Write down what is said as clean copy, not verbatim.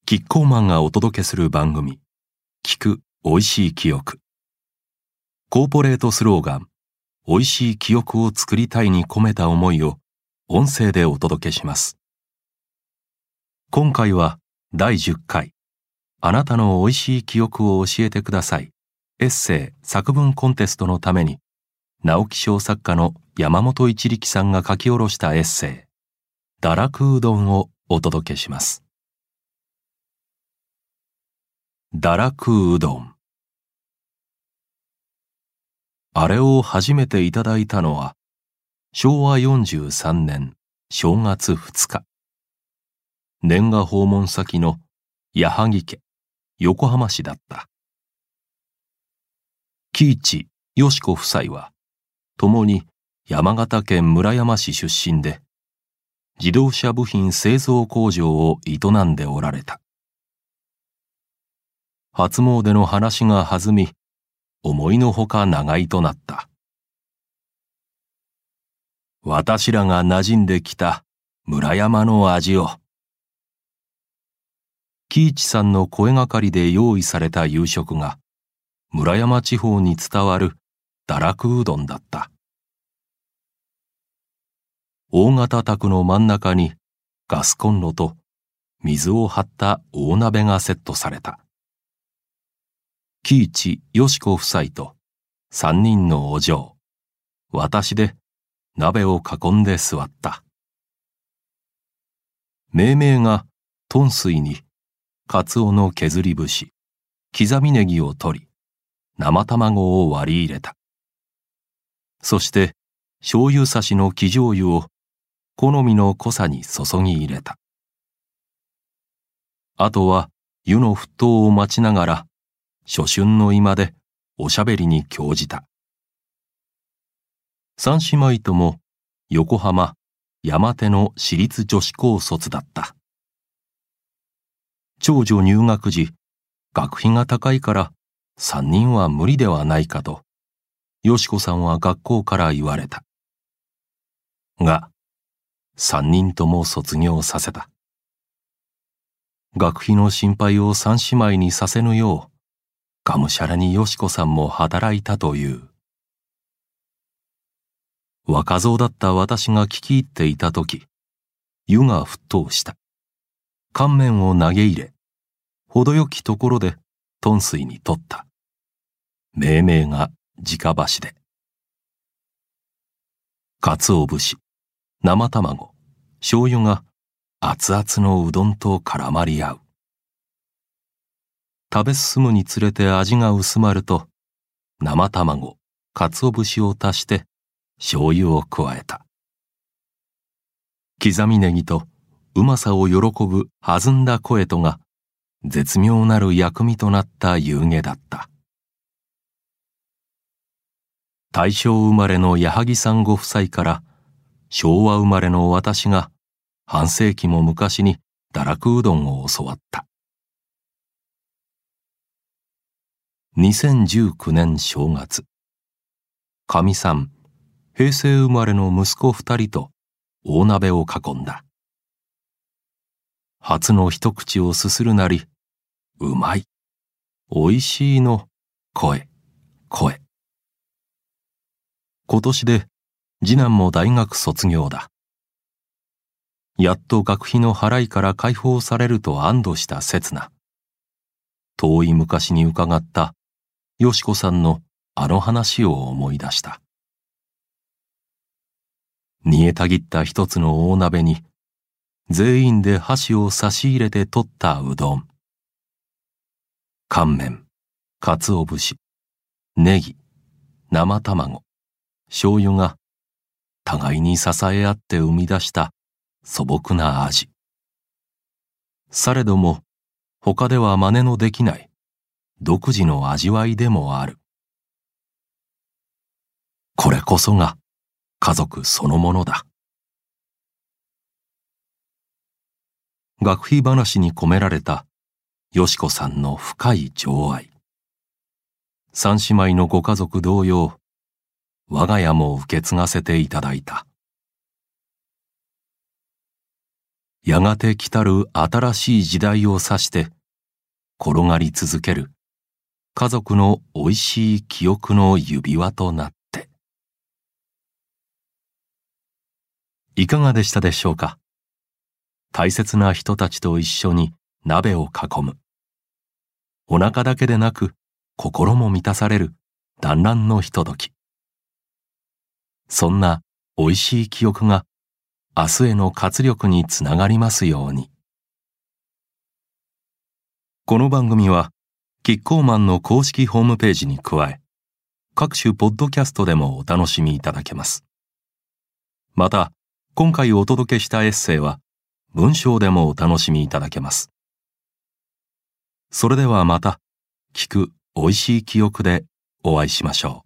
キッコーマンがお届けする番組、聞くおいしい記憶。コーポレートスローガン、おいしい記憶を作りたいに込めた思いを音声でお届けします。今回は第10回、あなたのおいしい記憶を教えてください。エッセイ作文コンテストのために、直木賞作家の山本一力さんが書き下ろしたエッセイ、堕落うどんをお届けします。堕落うどん。あれを初めていただいたのは、昭和43年正月2日。年賀訪問先の矢作家、横浜市だった。喜一、よし子夫妻は、共に山形県村山市出身で、自動車部品製造工場を営んでおられた。初詣の話が弾み、思いのほか長居となった。私らが馴染んできた村山の味を。喜一さんの声がかりで用意された夕食が、村山地方に伝わる堕落うどんだった。大型宅の真ん中にガスコンロと水を張った大鍋がセットされた。喜一、よし子夫妻と3人のお嬢、私で鍋を囲んで座った。命名が豚水にカツオの削り節、刻みネギを取り、生卵を割り入れた。そして醤油差しの生醤油を好みの濃さに注ぎ入れた。あとは湯の沸騰を待ちながら、初春の居間でおしゃべりに興じた。三姉妹とも横浜山手の私立女子高卒だった。長女入学時、学費が高いから3人は無理ではないかと、よし子さんは学校から言われた。が、3人とも卒業させた。学費の心配を三姉妹にさせぬよう、がむしゃらによし子さんも働いたという。若造だった私が聞き入っていたとき、湯が沸騰した。乾麺を投げ入れ、程よきところで豚水に取った。命名が直箸で。鰹節、生卵、醤油が熱々のうどんと絡まり合う。食べ進むにつれて味が薄まると、生卵、鰹節を足して醤油を加えた。刻みネギとうまさを喜ぶ弾んだ声とが絶妙なる薬味となった夕げだった。大正生まれの矢作さんご夫妻から昭和生まれの私が半世紀も昔に堕落うどんを教わった。2019年正月、かみさん、平成生まれの息子2人と大鍋を囲んだ。初の一口をすするなり、うまい、おいしいの声。今年で次男も大学卒業だ。やっと学費の払いから解放されると安堵した刹那。遠い昔に伺ったよし子さんのあの話を思い出した。煮えたぎった一つの大鍋に全員で箸を差し入れて取ったうどん。乾麺、鰹節、ネギ、生卵、醤油が互いに支え合って生み出した素朴な味。されども他では真似のできない独自の味わいでもある。これこそが家族そのものだ。学費話に込められたよし子さんの深い情愛。三姉妹のご家族同様、我が家も受け継がせていただいた。 やがて来たる新しい時代を指して転がり続ける家族のおいしい記憶の指輪となって。いかがでしたでしょうか。大切な人たちと一緒に鍋を囲む。お腹だけでなく心も満たされる団らんのひととき。そんなおいしい記憶が明日への活力につながりますように。この番組はキッコーマンの公式ホームページに加え、各種ポッドキャストでもお楽しみいただけます。また、今回お届けしたエッセイは文章でもお楽しみいただけます。それではまた、聞くおいしい記憶でお会いしましょう。